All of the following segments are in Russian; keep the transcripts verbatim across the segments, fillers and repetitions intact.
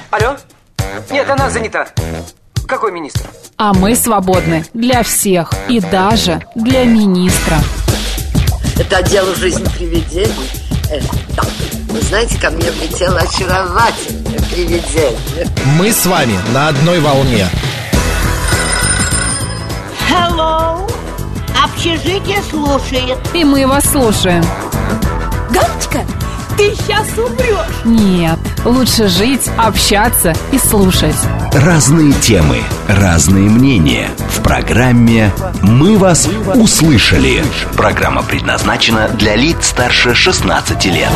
Алло? Нет, она занята. Какой министр? А мы свободны для всех и даже для министра. Это отдел «Жизнь привидений». Э, да. Вы знаете, ко мне влетело очаровательное привидение. Мы с вами на одной волне. Hello. Общежитие слушает. И мы вас слушаем. Галочка, ты сейчас умрешь. Нет, лучше жить, общаться и слушать. Разные темы, разные мнения. В программе «Мы вас услышали». Программа предназначена для лиц старше шестнадцати лет.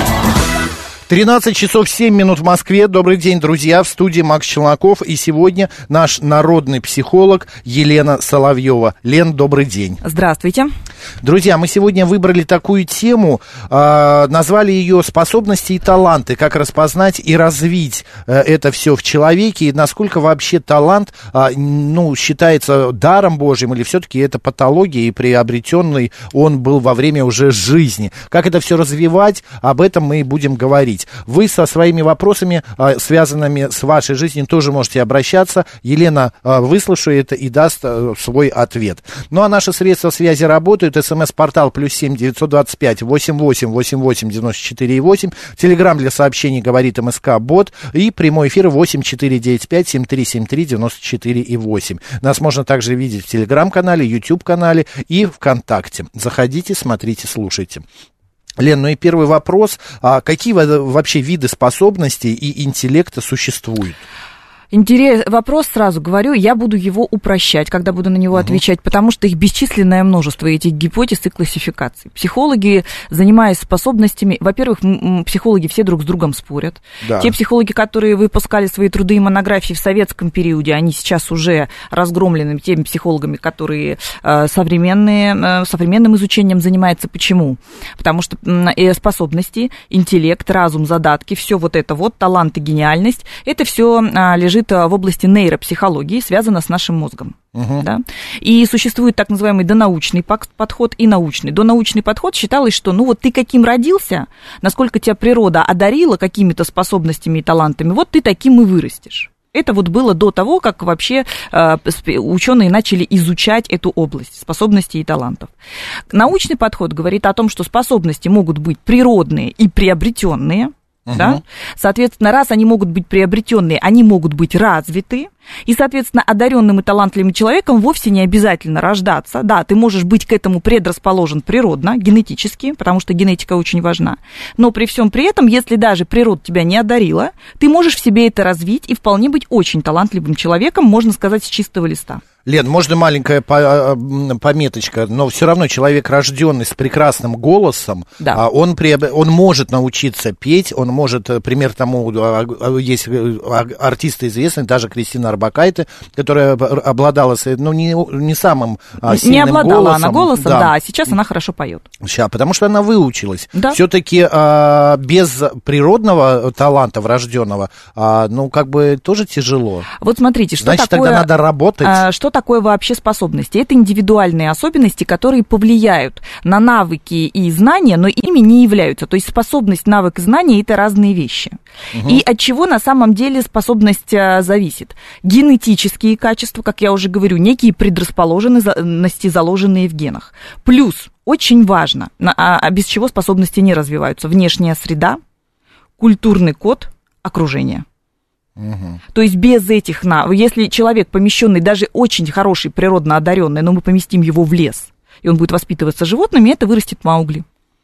тринадцать часов семь минут в Москве. Добрый день, друзья. В студии Макс Челноков. И сегодня наш народный психолог Елена Соловьева. Лен, добрый день. Здравствуйте. Друзья, мы сегодня выбрали такую тему, э, назвали ее «Способности и таланты». Как распознать и развить э, это все в человеке. И насколько вообще талант э, ну, считается даром Божьим, или все-таки это патология, и приобретенный он был во время уже жизни. Как это все развивать, об этом мы и будем говорить. Вы со своими вопросами, э, связанными с вашей жизнью, тоже можете обращаться. Елена э, выслушает и даст э, свой ответ. Ну а наши средства связи работают. СМС-портал плюс семь девятьсот двадцать пять восемьдесят восемь восемьдесят восемь девяносто четыре восемь. Телеграм для сообщений говорит МСК Бот. И прямой эфир восемь четыре девять пять семь три семь три девяносто четыре восемь. Нас можно также видеть в Телеграм-канале, YouTube-канале и ВКонтакте. Заходите, смотрите, слушайте. Лен, ну и первый вопрос. А какие вообще виды способностей и интеллекта существуют? Интерес, вопрос, сразу говорю, я буду его упрощать, когда буду на него uh-huh. отвечать, потому что их бесчисленное множество, этих гипотез и классификаций. Психологи, занимаясь способностями, во-первых, психологи все друг с другом спорят. Да. Те психологи, которые выпускали свои труды и монографии в советском периоде, они сейчас уже разгромлены теми психологами, которые современные, современным изучением занимаются. Почему? Потому что способности, интеллект, разум, задатки, все вот это вот, талант и гениальность, это все лежит в области нейропсихологии, связано с нашим мозгом. Uh-huh. Да? И существует так называемый донаучный подход и научный. Донаучный подход считалось, что ну вот ты каким родился, насколько тебя природа одарила какими-то способностями и талантами, вот ты таким и вырастешь. Это вот было до того, как вообще э, ученые начали изучать эту область способностей и талантов. Научный подход говорит о том, что способности могут быть природные и приобретенные. Uh-huh. Да? Соответственно, раз они могут быть приобретенные, они могут быть развиты. И, соответственно, одаренным и талантливым человеком вовсе не обязательно рождаться. Да, ты можешь быть к этому предрасположен природно, генетически, потому что генетика очень важна. Но при всем при этом, если даже природа тебя не одарила, ты можешь в себе это развить и вполне быть очень талантливым человеком, можно сказать, с чистого листа. Лен, можно маленькая пометочка, но все равно человек, рожденный с прекрасным голосом, да. он, он может научиться петь, он может, пример тому, есть артисты известные, даже Кристина Орбакайте, которая обладала, ну, не, не самым сильным не обладала голосом. она голосом, да. да, сейчас она хорошо поет. Сейчас, потому что она выучилась. Да. Все-таки а, без природного таланта врожденного, а, ну, как бы тоже тяжело. Вот смотрите, что Значит, такое... тогда надо работать. А, что такое вообще способности? Это индивидуальные особенности, которые повлияют на навыки и знания, но ими не являются. То есть способность, навык и знание – это разные вещи. Угу. И от чего на самом деле способность зависит? Генетические качества, как я уже говорю, некие предрасположенности, заложенные в генах. Плюс, очень важно, а без чего способности не развиваются, внешняя среда, культурный код, окружение. Угу. То есть без этих, если человек помещенный, даже очень хороший, природно одаренный, но мы поместим его в лес, и он будет воспитываться животными, это вырастет Маугли.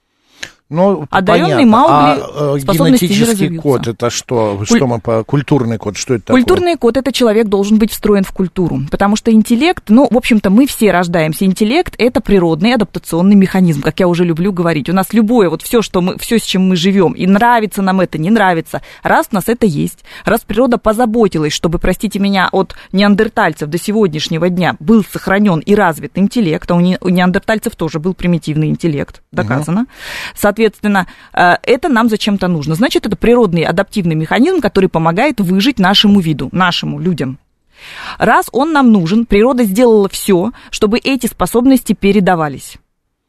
Ну, одаренный Маугли, а генетический код это что? Куль... Что мы по культурный код, что это такое? Культурный код это человек должен быть встроен в культуру, потому что интеллект, ну, в общем-то, мы все рождаемся. Интеллект это природный адаптационный механизм, как я уже люблю говорить. У нас любое вот все, что мы, все, с чем мы живем, и нравится нам это, не нравится, раз у нас это есть, раз природа позаботилась, чтобы, простите меня, от неандертальцев до сегодняшнего дня был сохранен и развит интеллект, а у, не, у неандертальцев тоже был примитивный интеллект, доказано. Угу. Соответственно, это нам зачем-то нужно. Значит, это природный адаптивный механизм, который помогает выжить нашему виду, нашему людям. Раз он нам нужен, природа сделала все, чтобы эти способности передавались.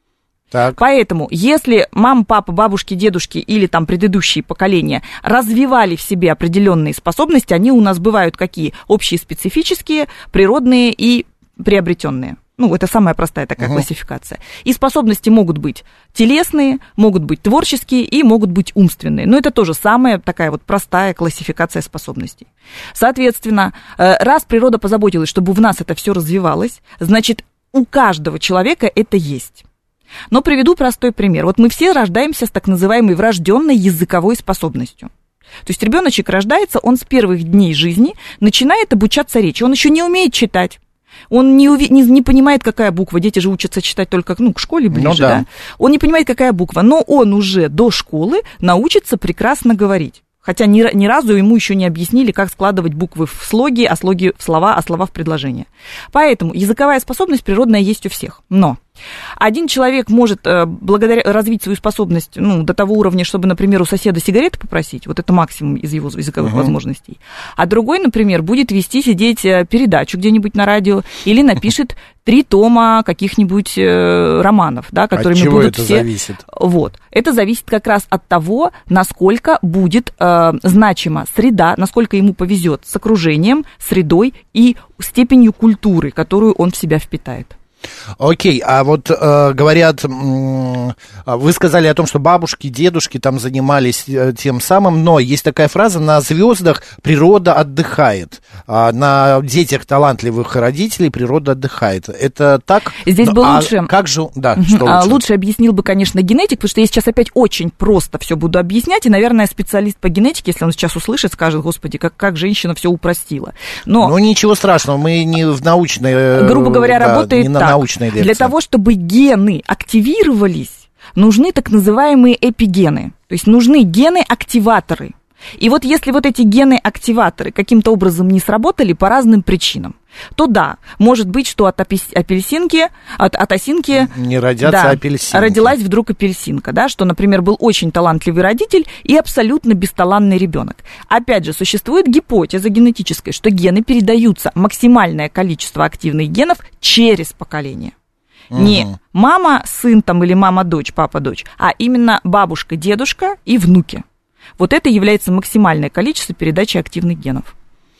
Так. Поэтому, если мама, папа, бабушки, дедушки или там предыдущие поколения развивали в себе определенные способности, они у нас бывают какие? Общие, специфические, природные и приобретенные. Ну, это самая простая такая uh-huh. классификация. И способности могут быть телесные, могут быть творческие и могут быть умственные. Но это тоже самая такая вот простая классификация способностей. Соответственно, раз природа позаботилась, чтобы в нас это все развивалось, значит, у каждого человека это есть. Но приведу простой пример. Вот мы все рождаемся с так называемой врожденной языковой способностью. То есть ребеночек рождается, он с первых дней жизни начинает обучаться речи. Он еще не умеет читать. Он не, уви... не, не понимает, какая буква. Дети же учатся читать только ну, к школе ближе, ну, да. да. Он не понимает, какая буква, но он уже до школы научится прекрасно говорить. Хотя ни, ни разу ему еще не объяснили, как складывать буквы в слоги, а слоги в слова, а слова в предложения. Поэтому языковая способность природная есть у всех. Но один человек может благодаря, развить свою способность ну, до того уровня, чтобы, например, у соседа сигареты попросить, вот это максимум из его языковых uh-huh. возможностей, а другой, например, будет вести, сидеть передачу где-нибудь на радио или напишет три тома каких-нибудь э, романов, да, которыми от чего будут это все... зависит? Вот. Это зависит как раз от того, насколько будет э, значима среда, насколько ему повезет с окружением, средой и степенью культуры, которую он в себя впитает. Окей, а вот э, говорят, э, вы сказали о том, что бабушки, дедушки там занимались э, тем самым, но есть такая фраза: на звездах природа отдыхает, а на детях талантливых родителей природа отдыхает. Это так? Здесь бы а лучше... Как же... Да, угу. что лучше? Лучше объяснил бы, конечно, генетик, потому что я сейчас опять очень просто все буду объяснять, и, наверное, специалист по генетике, если он сейчас услышит, скажет: господи, как, как женщина все упростила. Но... Ну, ничего страшного, мы не в научной... Грубо говоря, да, работает не на так. Для того, чтобы гены активировались, нужны так называемые эпигены. То есть нужны гены-активаторы. И вот если вот эти гены-активаторы каким-то образом не сработали по разным причинам, то да, может быть, что от апельсинки, от, от осинки... Не родятся да, апельсинки. Родилась вдруг апельсинка, да, что, например, был очень талантливый родитель и абсолютно бесталантный ребенок. Опять же, существует гипотеза генетическая, что гены передаются, максимальное количество активных генов через поколение. Не угу. мама, сын там, или мама, дочь, папа, дочь, а именно бабушка, дедушка и внуки. Вот это является максимальное количество передачи активных генов.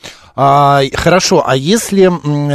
А, хорошо, а если...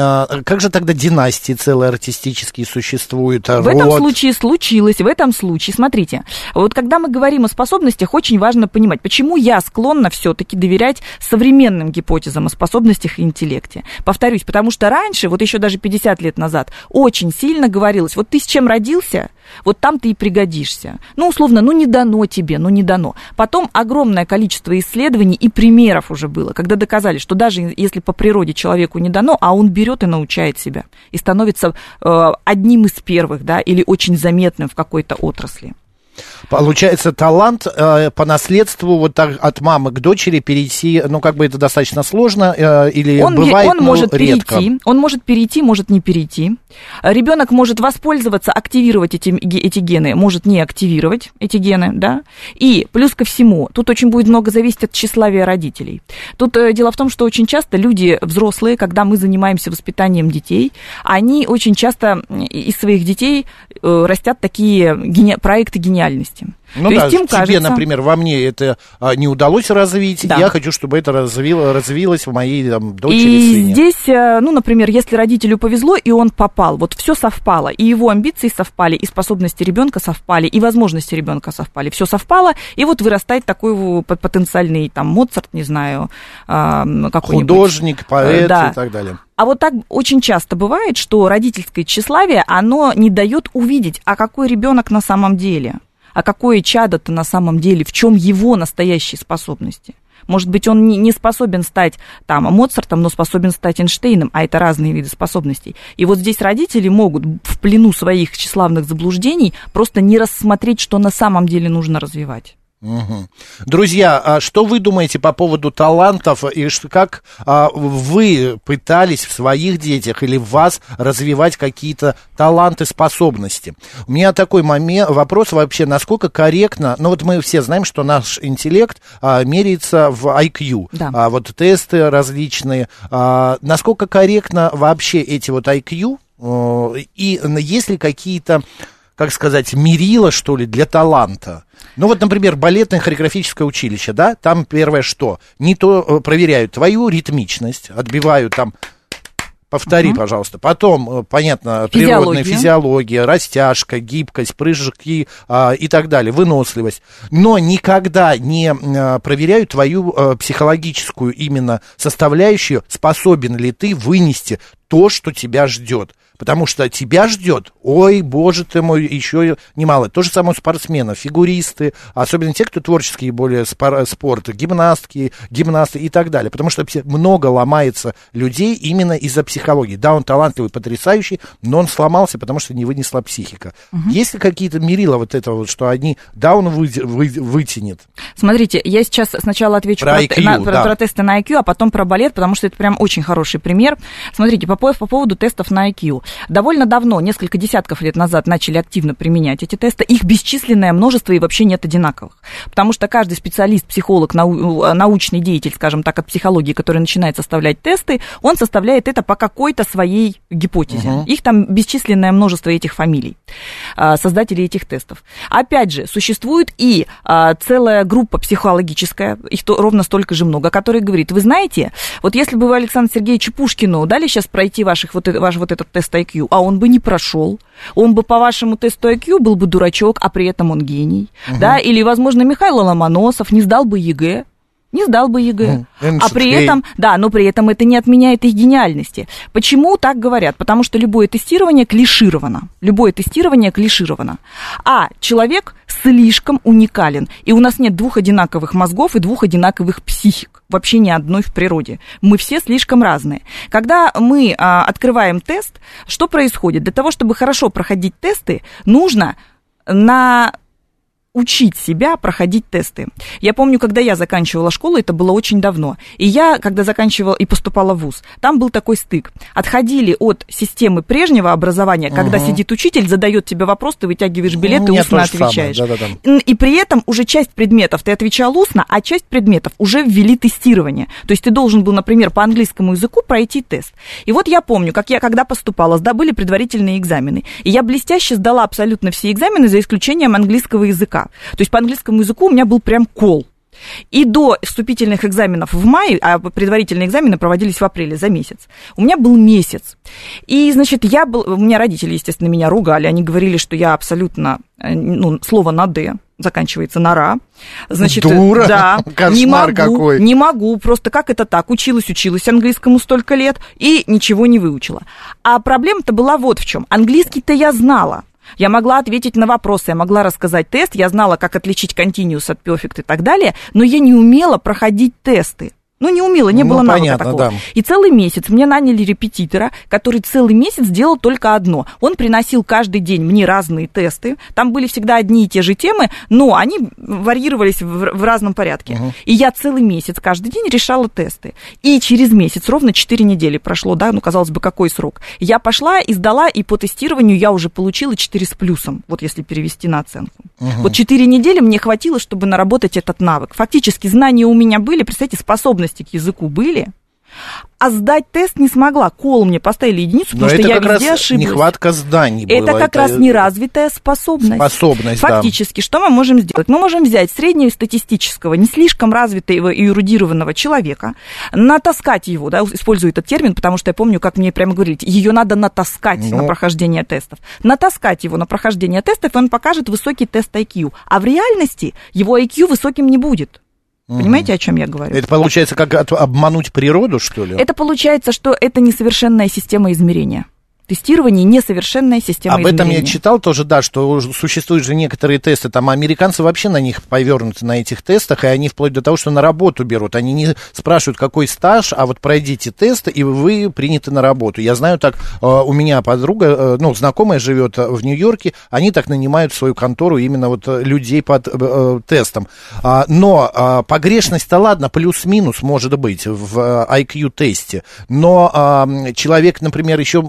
Как же тогда династии целые артистические существуют? В род? этом случае случилось, в этом случае, смотрите, вот когда мы говорим о способностях, очень важно понимать, почему я склонна все-таки доверять современным гипотезам о способностях и интеллекте. Повторюсь, потому что раньше, вот еще даже пятьдесят лет назад, очень сильно говорилось: вот ты с чем родился, вот там ты и пригодишься. Ну, условно, ну не дано тебе, ну не дано. Потом огромное количество исследований и примеров уже было, когда доказали, что даже если по природе человеку не дано, а он берет и научает себя, и становится э, одним из первых, да, или очень заметным в какой-то отрасли. Получается, талант э, по наследству вот так, от мамы к дочери перейти, ну, как бы это достаточно сложно, э, или он, бывает, он ну, может редко? Перейти, он может перейти, может не перейти. Ребенок может воспользоваться, активировать эти, эти гены, может не активировать эти гены, да. И плюс ко всему, тут очень будет много зависеть от тщеславия родителей. Тут э, дело в том, что очень часто люди взрослые, когда мы занимаемся воспитанием детей, они очень часто из своих детей э, растят такие гени... проекты гениальности. Ну То да, есть им тебе, кажется... например, во мне это а, не удалось развить, да. я хочу, чтобы это развило, развилось в моей там, дочери, и сыне. И здесь, ну, например, если родителю повезло, и он попал, вот все совпало, и его амбиции совпали, и способности ребенка совпали, и возможности ребенка совпали, все совпало, и вот вырастает такой потенциальный там Моцарт, не знаю, какой-нибудь. Художник, поэт да. и так далее. А вот так очень часто бывает, что родительское тщеславие, оно не дает увидеть, а какой ребенок на самом деле. А какое чадо-то на самом деле, в чем его настоящие способности? Может быть, он не способен стать там Моцартом, но способен стать Эйнштейном, а это разные виды способностей. И вот здесь родители могут в плену своих тщеславных заблуждений просто не рассмотреть, что на самом деле нужно развивать. Угу. Друзья, а что вы думаете по поводу талантов и как а, вы пытались в своих детях или в вас развивать какие-то таланты, способности? У меня такой момент, вопрос вообще, насколько корректно, ну вот мы все знаем, что наш интеллект а, меряется в ай кью, да. а, вот тесты различные, а, насколько корректно вообще эти вот ай кью, а, и есть ли какие-то как сказать, мерило, что ли, для таланта. Ну вот, например, балетное хореографическое училище, да, там первое что? Не то проверяют твою ритмичность, отбивают там... Повтори, uh-huh. пожалуйста. Потом, понятно, природная физиология, растяжка, гибкость, прыжки а, и так далее, выносливость. Но никогда не а, проверяют твою а, психологическую именно составляющую, способен ли ты вынести то, что тебя ждет. Потому что тебя ждет, ой, боже ты мой, еще немало. То же самое у спортсменов, фигуристы, особенно те, кто творческие более спор- спорты, гимнастки, гимнасты и так далее. Потому что много ломается людей именно из-за психологии. Да, он талантливый, потрясающий, но он сломался, потому что не вынесла психика. Угу. Есть ли какие-то мерила вот этого, вот, что они, да, он вы, вы, вытянет? Смотрите, я сейчас сначала отвечу про, про, на, да. про тесты на ай кью, а потом про балет, потому что это прям очень хороший пример. Смотрите, по, по поводу тестов на ай кью. Довольно давно, несколько десятков лет назад, начали активно применять эти тесты. Их бесчисленное множество и вообще нет одинаковых. Потому что каждый специалист, психолог, нау- научный деятель, скажем так, от психологии, который начинает составлять тесты, он составляет это по какой-то своей гипотезе. Uh-huh. Их там бесчисленное множество этих фамилий, создателей этих тестов. Опять же, существует и целая группа психологическая, их то, ровно столько же много, которая говорит, вы знаете, вот если бы вы Александру Сергеевичу Пушкину дали сейчас пройти ваших, вот, ваш вот этот тест ай кью, а он бы не прошел, он бы по вашему тесту ай кью был бы дурачок, а при этом он гений, угу. да, или, возможно, Михаил Ломоносов не сдал бы ЕГЭ, не сдал бы ЕГЭ, mm, а при этом, да, но при этом это не отменяет их гениальности. Почему так говорят? Потому что любое тестирование клишировано, любое тестирование клишировано, а человек слишком уникален, и у нас нет двух одинаковых мозгов и двух одинаковых психик, вообще ни одной в природе. Мы все слишком разные. Когда мы а, открываем тест, что происходит? Для того, чтобы хорошо проходить тесты, нужно на... учить себя проходить тесты. Я помню, когда я заканчивала школу, это было очень давно, и я, когда заканчивала и поступала в вуз, там был такой стык. Отходили от системы прежнего образования, когда угу. сидит учитель, задает тебе вопрос, ты вытягиваешь билет, ты устно отвечаешь. Да, да, да. И при этом уже часть предметов ты отвечал устно, а часть предметов уже ввели тестирование. То есть ты должен был, например, по английскому языку пройти тест. И вот я помню, как я, когда поступала, были предварительные экзамены, и я блестяще сдала абсолютно все экзамены, за исключением английского языка. То есть по английскому языку у меня был прям кол. И до вступительных экзаменов в мае, а предварительные экзамены проводились в апреле, за месяц, у меня был месяц. И, значит, я был, у меня родители, естественно, меня ругали, они говорили, что я абсолютно, ну, слово на «д» заканчивается на «ра». Значит, дура, да, кошмар не могу, какой. Не могу, просто как это так, училась, училась английскому столько лет и ничего не выучила. А проблема-то была вот в чем. Английский-то я знала. Я могла ответить на вопросы, я могла рассказать тест, я знала, как отличить continuous от perfect и так далее, но я не умела проходить тесты. Ну, не умела, не ну, было навыка понятно, такого. Да. И целый месяц мне наняли репетитора, который целый месяц делал только одно. Он приносил каждый день мне разные тесты. Там были всегда одни и те же темы, но они варьировались в, в разном порядке. Угу. И я целый месяц каждый день решала тесты. И через месяц, ровно четыре недели прошло, да, ну, казалось бы, какой срок. Я пошла и сдала, и по тестированию я уже получила четыре с плюсом, вот если перевести на оценку. Угу. Вот четыре недели мне хватило, чтобы наработать этот навык. Фактически знания у меня были, представьте, способности к языку были, а сдать тест не смогла. Кол мне поставили единицу, потому что я везде ошиблась. Нехватка знаний была. Это как это... раз неразвитая способность. Способность, Фактически, да. Что мы можем сделать? Мы можем взять среднестатистического, не слишком развитого и эрудированного человека, натаскать его, да, использую этот термин, потому что я помню, как мне прямо говорили, ее надо натаскать ну... на прохождение тестов. Натаскать его на прохождение тестов, и он покажет высокий тест ай кью. А в реальности его ай кью высоким не будет. Понимаете, о чем я говорю? Это получается как обмануть природу, что ли? Это получается, что это несовершенная система измерения. Тестирование несовершенная система Об измерения. этом я читал тоже, да, что существуют же некоторые тесты, там американцы вообще на них повернуты, на этих тестах, и они вплоть до того, что на работу берут. Они не спрашивают, какой стаж, а вот пройдите тест, и вы приняты на работу. Я знаю так, у меня подруга, ну, знакомая живет в Нью-Йорке, они так нанимают в свою контору именно вот людей под э, тестом. Но погрешность-то, ладно, плюс-минус может быть в ай кью-тесте, но человек, например, еще, мне кажется,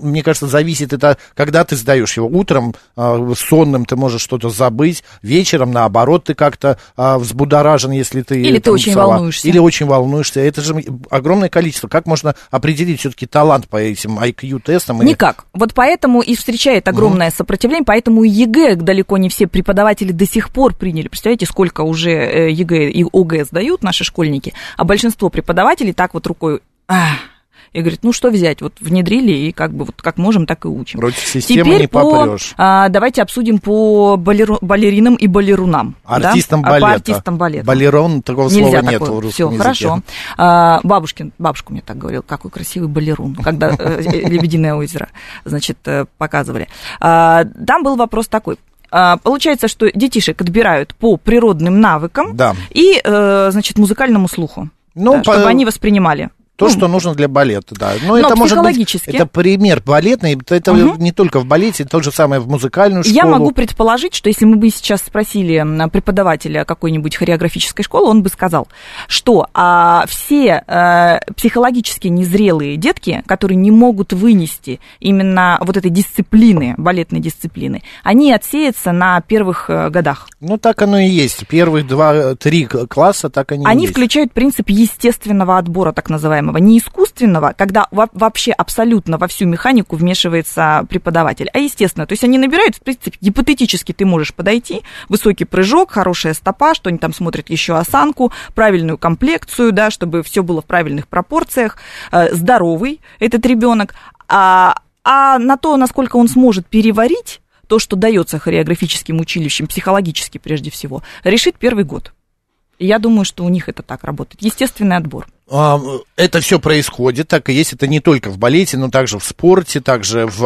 зависит это, когда ты сдаешь его. Утром э, сонным ты можешь что-то забыть, вечером, наоборот, ты как-то э, взбудоражен, если ты... Или там, ты очень сова, волнуешься. Или очень волнуешься. Это же огромное количество. Как можно определить все-таки талант по этим ай кью-тестам? Никак. Вот поэтому и встречает огромное mm-hmm. сопротивление, поэтому и ЕГЭ далеко не все преподаватели до сих пор приняли. Представляете, сколько уже ЕГЭ и ОГЭ сдают наши школьники, а большинство преподавателей так вот рукой... Ах, и говорит, ну что взять, вот внедрили, и как бы вот как можем, так и учим. Против системы Теперь не по, попрешь. А, давайте обсудим по балеру, балеринам и балерунам. Артистам да? балета. А по артистам балета. Балерон, такого Нельзя слова нет такое. в русском Всё, языке. хорошо. А, бабушкин, бабушка мне так говорила, какой красивый балерун, когда «Лебединое озеро», значит, показывали. Там был вопрос такой. Получается, что детишек отбирают по природным навыкам да. и, значит, музыкальному слуху, ну, да, по... чтобы они воспринимали. То, ну, что нужно для балета, да. Но, но это может быть, психологически... это пример балетный, это угу. не только в балете, то же самое в музыкальную школу. Я могу предположить, что если мы бы сейчас спросили преподавателя какой-нибудь хореографической школы, он бы сказал, что а, все а, психологически незрелые детки, которые не могут вынести именно вот этой дисциплины, балетной дисциплины, они отсеются на первых годах. Ну, так оно и есть. Первых два-три класса так они и Они есть. включают принцип естественного отбора, так называемого, не искусственного, когда вообще абсолютно во всю механику вмешивается преподаватель, а естественно. То есть они набирают, в принципе, гипотетически ты можешь подойти, высокий прыжок, хорошая стопа, что они там смотрят еще осанку, правильную комплекцию, да, чтобы все было в правильных пропорциях, здоровый этот ребенок, а, а на то, насколько он сможет переварить то, что дается хореографическим училищам, психологически прежде всего, решит первый год. И я думаю, что у них это так работает. Естественный отбор. Это все происходит, так и есть. Это не только в балете, но также в спорте, также в,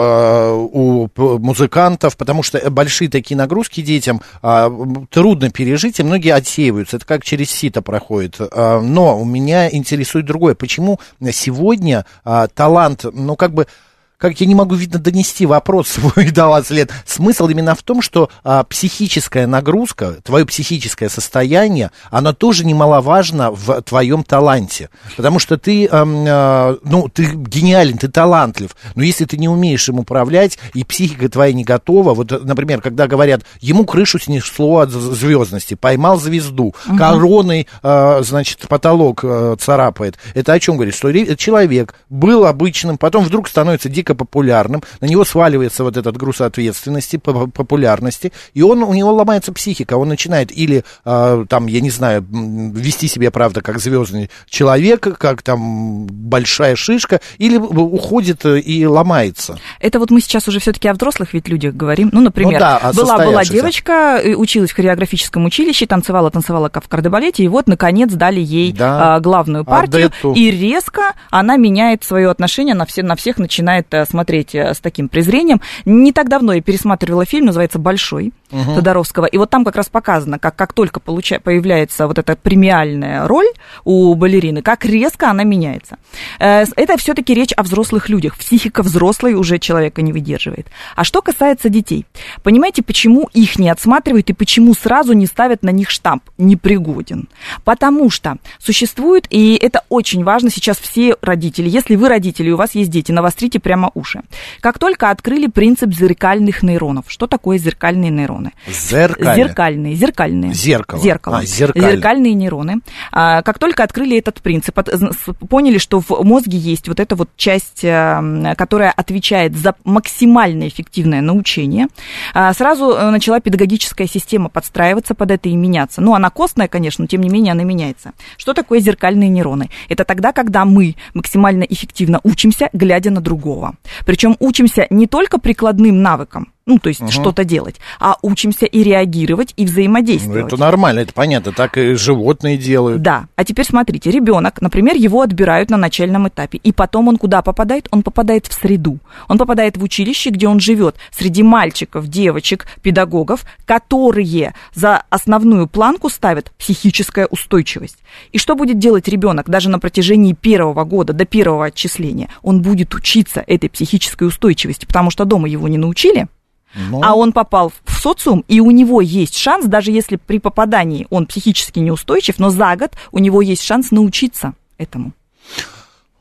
у музыкантов, потому что большие такие нагрузки детям трудно пережить, и многие отсеиваются. Это как через сито проходит. Но у меня интересует другое. Почему сегодня талант, ну, как бы, как я не могу, видно, донести вопрос свой до вас лет. Смысл именно в том, что а, психическая нагрузка, твое психическое состояние, оно тоже немаловажно в твоем таланте. Потому что ты, а, а, ну, ты гениален, ты талантлив, но если ты не умеешь им управлять, и психика твоя не готова, вот, например, когда говорят, ему крышу снесло от звездности, поймал звезду, угу. короной, а, значит, потолок а, царапает. Это о чем говорит? Что человек был обычным, потом вдруг становится дико популярным, на него сваливается вот этот груз ответственности, популярности, и он, у него ломается психика, он начинает или, э, там, я не знаю, вести себя, правда, как звездный человек, как там большая шишка, или уходит и ломается. Это вот мы сейчас уже все-таки о взрослых ведь людях говорим. Ну, например, ну, да, была, была девочка, училась в хореографическом училище, танцевала, танцевала как в кардебалете, и вот, наконец, дали ей да. главную партию, Адетту. И резко она меняет свое отношение, на, все, на всех начинает смотреть с таким презрением. Не так давно я пересматривала фильм, называется «Большой», угу. Тодоровского, и вот там как раз показано, как, как только получа, появляется вот эта премиальная роль у балерины, как резко она меняется. Это все-таки речь о взрослых людях. Психика взрослой уже человека не выдерживает. А что касается детей, понимаете, почему их не отсматривают и почему сразу не ставят на них штамп «непригоден»? Потому что существует, и это очень важно сейчас все родители, если вы родители, у вас есть дети, навострите прямо уши. Как только открыли принцип зеркальных нейронов. Что такое зеркальные нейроны? Зеркальные. Зеркальные, зеркальные. Зеркало. Зеркало. А, зеркальные. Зеркальные нейроны. Как только открыли этот принцип, поняли, что в мозге есть вот эта вот часть, которая отвечает за максимально эффективное научение, сразу начала педагогическая система подстраиваться под это и меняться. Ну, она костная, конечно, но тем не менее она меняется. Что такое зеркальные нейроны? Это тогда, когда мы максимально эффективно учимся, глядя на другого. Причем учимся не только прикладным навыкам, ну, то есть угу. что-то делать, а учимся и реагировать, и взаимодействовать. Ну, это нормально, это понятно, так и животные делают. Да, а теперь смотрите, ребенок, например, его отбирают на начальном этапе, и потом он куда попадает? Он попадает в среду, он попадает в училище, где он живет, среди мальчиков, девочек, педагогов, которые за основную планку ставят психическая устойчивость. И что будет делать ребенок даже на протяжении первого года, до первого отчисления? Он будет учиться этой психической устойчивости, потому что дома его не научили. Ну. А он попал в социум, и у него есть шанс, даже если при попадании он психически неустойчив, но за год у него есть шанс научиться этому.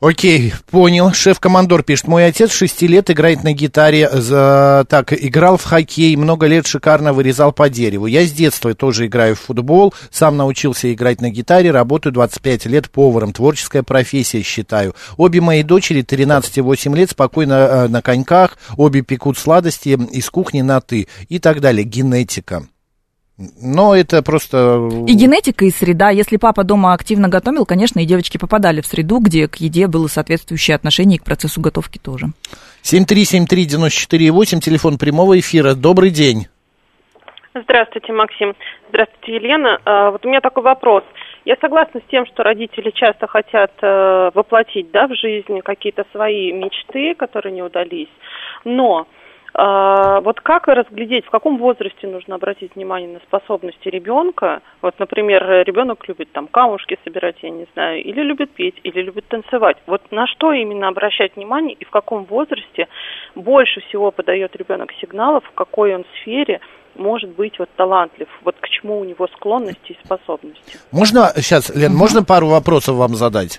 Окей, понял. Шеф-командор пишет. Мой отец шести лет играет на гитаре, за... так, играл в хоккей, много лет шикарно вырезал по дереву. Я с детства тоже играю в футбол, сам научился играть на гитаре, работаю двадцать пять лет поваром, творческая профессия, считаю. Обе мои дочери, тринадцать и восемь лет, спокойно э, на коньках, обе пекут сладости из кухни на «ты» и так далее. Генетика. Но это просто... И генетика, и среда. Если папа дома активно готовил, конечно, и девочки попадали в среду, где к еде было соответствующее отношение, и к процессу готовки тоже. семь три семь три девять четыре восемь, телефон прямого эфира. Добрый день. Здравствуйте, Максим. Здравствуйте, Елена. Вот у меня такой вопрос. Я согласна с тем, что родители часто хотят воплотить, да, в жизнь какие-то свои мечты, которые не удались, но... А, вот как разглядеть, в каком возрасте нужно обратить внимание на способности ребенка? Вот, например, ребенок любит там камушки собирать, я не знаю, или любит петь, или любит танцевать. Вот на что именно обращать внимание и в каком возрасте больше всего подает ребенок сигналов, в какой он сфере может быть вот талантлив, вот к чему у него склонности и способности? Можно сейчас, Лен, угу. можно пару вопросов вам задать?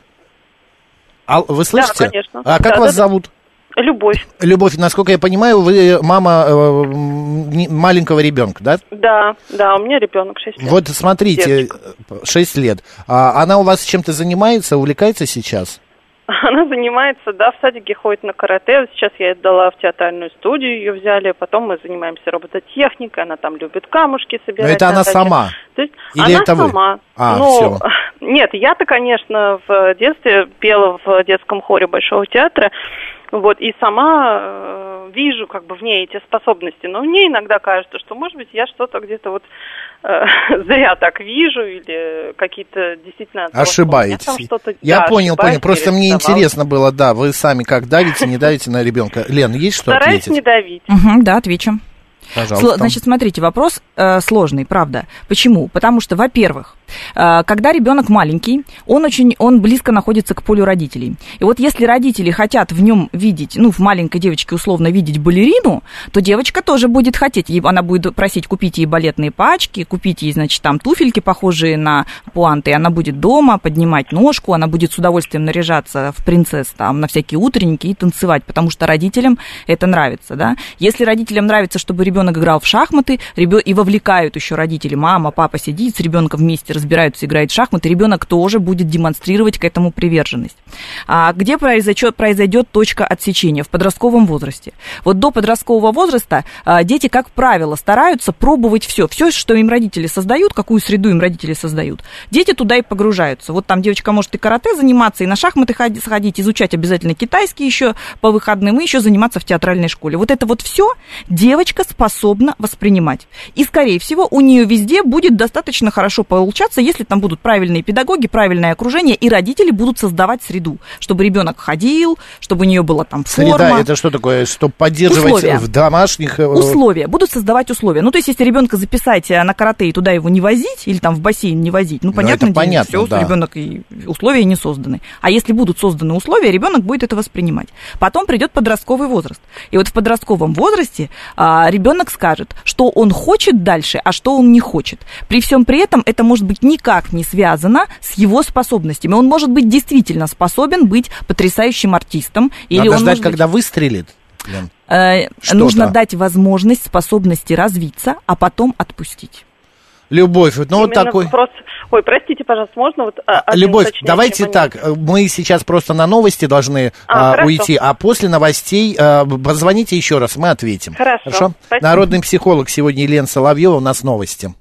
А, вы слышите? Да, конечно. А как да, вас да, зовут? Любовь. Любовь, насколько я понимаю, вы мама э, маленького ребенка, да? Да, да, у меня ребенок шесть лет. Вот смотрите, шесть лет. А она у вас чем-то занимается, увлекается сейчас? Она занимается, да, в садике ходит на карате. Сейчас я ее отдала в театральную студию, ее взяли. Потом мы занимаемся робототехникой. Она там любит камушки собирать. Но это она сама? То есть Или она это вы? сама. А, ну, все. Нет, я-то, конечно, в детстве пела в детском хоре Большого театра. Вот, и сама э, вижу как бы в ней эти способности. Но мне иногда кажется, что, может быть, я что-то где-то вот э, зря так вижу или какие-то действительно... Ошибаетесь. Я да, понял, понял. Просто мне интересно было, да, вы сами как давите, не давите на ребенка. Лен, есть что Стараюсь ответить? не давить. Угу, да, отвечу. Пожалуйста. Значит, смотрите, вопрос э, сложный, правда. Почему? Потому что, во-первых, э, когда ребенок маленький, он очень, он близко находится к полю родителей. И вот если родители хотят в нем видеть, ну, в маленькой девочке условно видеть балерину, то девочка тоже будет хотеть. Она будет просить купить ей балетные пачки, купить ей, значит, там туфельки, похожие на пуанты. И она будет дома поднимать ножку, она будет с удовольствием наряжаться в принцесс, там, на всякие утренники и танцевать, потому что родителям это нравится, да. Если родителям нравится, чтобы ребенок играл в шахматы, и вовлекают еще родители, мама, папа сидит с ребенком вместе, разбираются, играют в шахматы, ребенок тоже будет демонстрировать к этому приверженность. А где произойдет, произойдет точка отсечения? В подростковом возрасте. Вот до подросткового возраста а, дети, как правило, стараются пробовать все, все, что им родители создают, какую среду им родители создают. Дети туда и погружаются. Вот там девочка может и карате заниматься, и на шахматы сходить, изучать обязательно китайский еще по выходным, и еще заниматься в театральной школе. Вот это вот все девочка способна способна воспринимать. И, скорее всего, у нее везде будет достаточно хорошо получаться, если там будут правильные педагоги, правильное окружение, и родители будут создавать среду, чтобы ребенок ходил, чтобы у нее была там форма. Среда, это что такое? Чтобы поддерживать условия. В домашних... Условия. Будут создавать условия. Ну, то есть, если ребенка записать на карате и туда его не возить, или там в бассейн не возить, ну, понятно, ну, понятно, все, да. Ребенок и условия не созданы. А если будут созданы условия, ребенок будет это воспринимать. Потом придет подростковый возраст. И вот в подростковом возрасте а, ребенок скажет, что он хочет дальше, а что он не хочет. При всем при этом это может быть никак не связано с его способностями. Он может быть действительно способен быть потрясающим артистом. Или Надо он ждать, может когда быть... выстрелит. Лен. Э, нужно дать возможность способности развиться, а потом отпустить. Любовь, ну Именно вот такой... Вопрос... Ой, простите, пожалуйста, можно вот... Любовь, давайте момент. Так, мы сейчас просто на новости должны а, а, уйти, а после новостей а, позвоните еще раз, мы ответим. Хорошо. Хорошо? Народный психолог сегодня Елена Соловьева, у нас новости.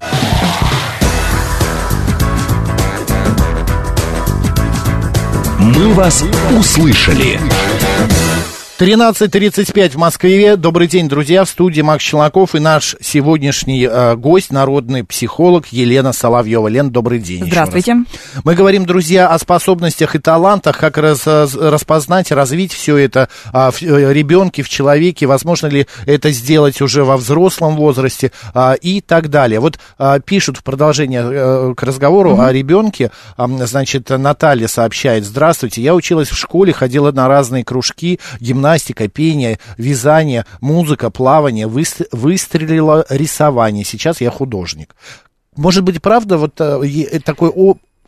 Мы вас услышали. тринадцать тридцать пять в Москве. Добрый день, друзья. В студии Макс Челноков и наш сегодняшний э, гость, народный психолог Елена Соловьева. Лен, добрый день. Здравствуйте. Мы говорим, друзья, о способностях и талантах, как раз, распознать, развить все это а, в ребенке, в человеке, возможно ли это сделать уже во взрослом возрасте а, и так далее. Вот а, пишут в продолжение а, к разговору mm-hmm. о ребенке, а, значит, Наталья сообщает: здравствуйте, я училась в школе, ходила на разные кружки, гимнастика, пение, вязание, музыка, плавание, выстрелило рисование. Сейчас я художник. Может быть, правда, вот э, такой о,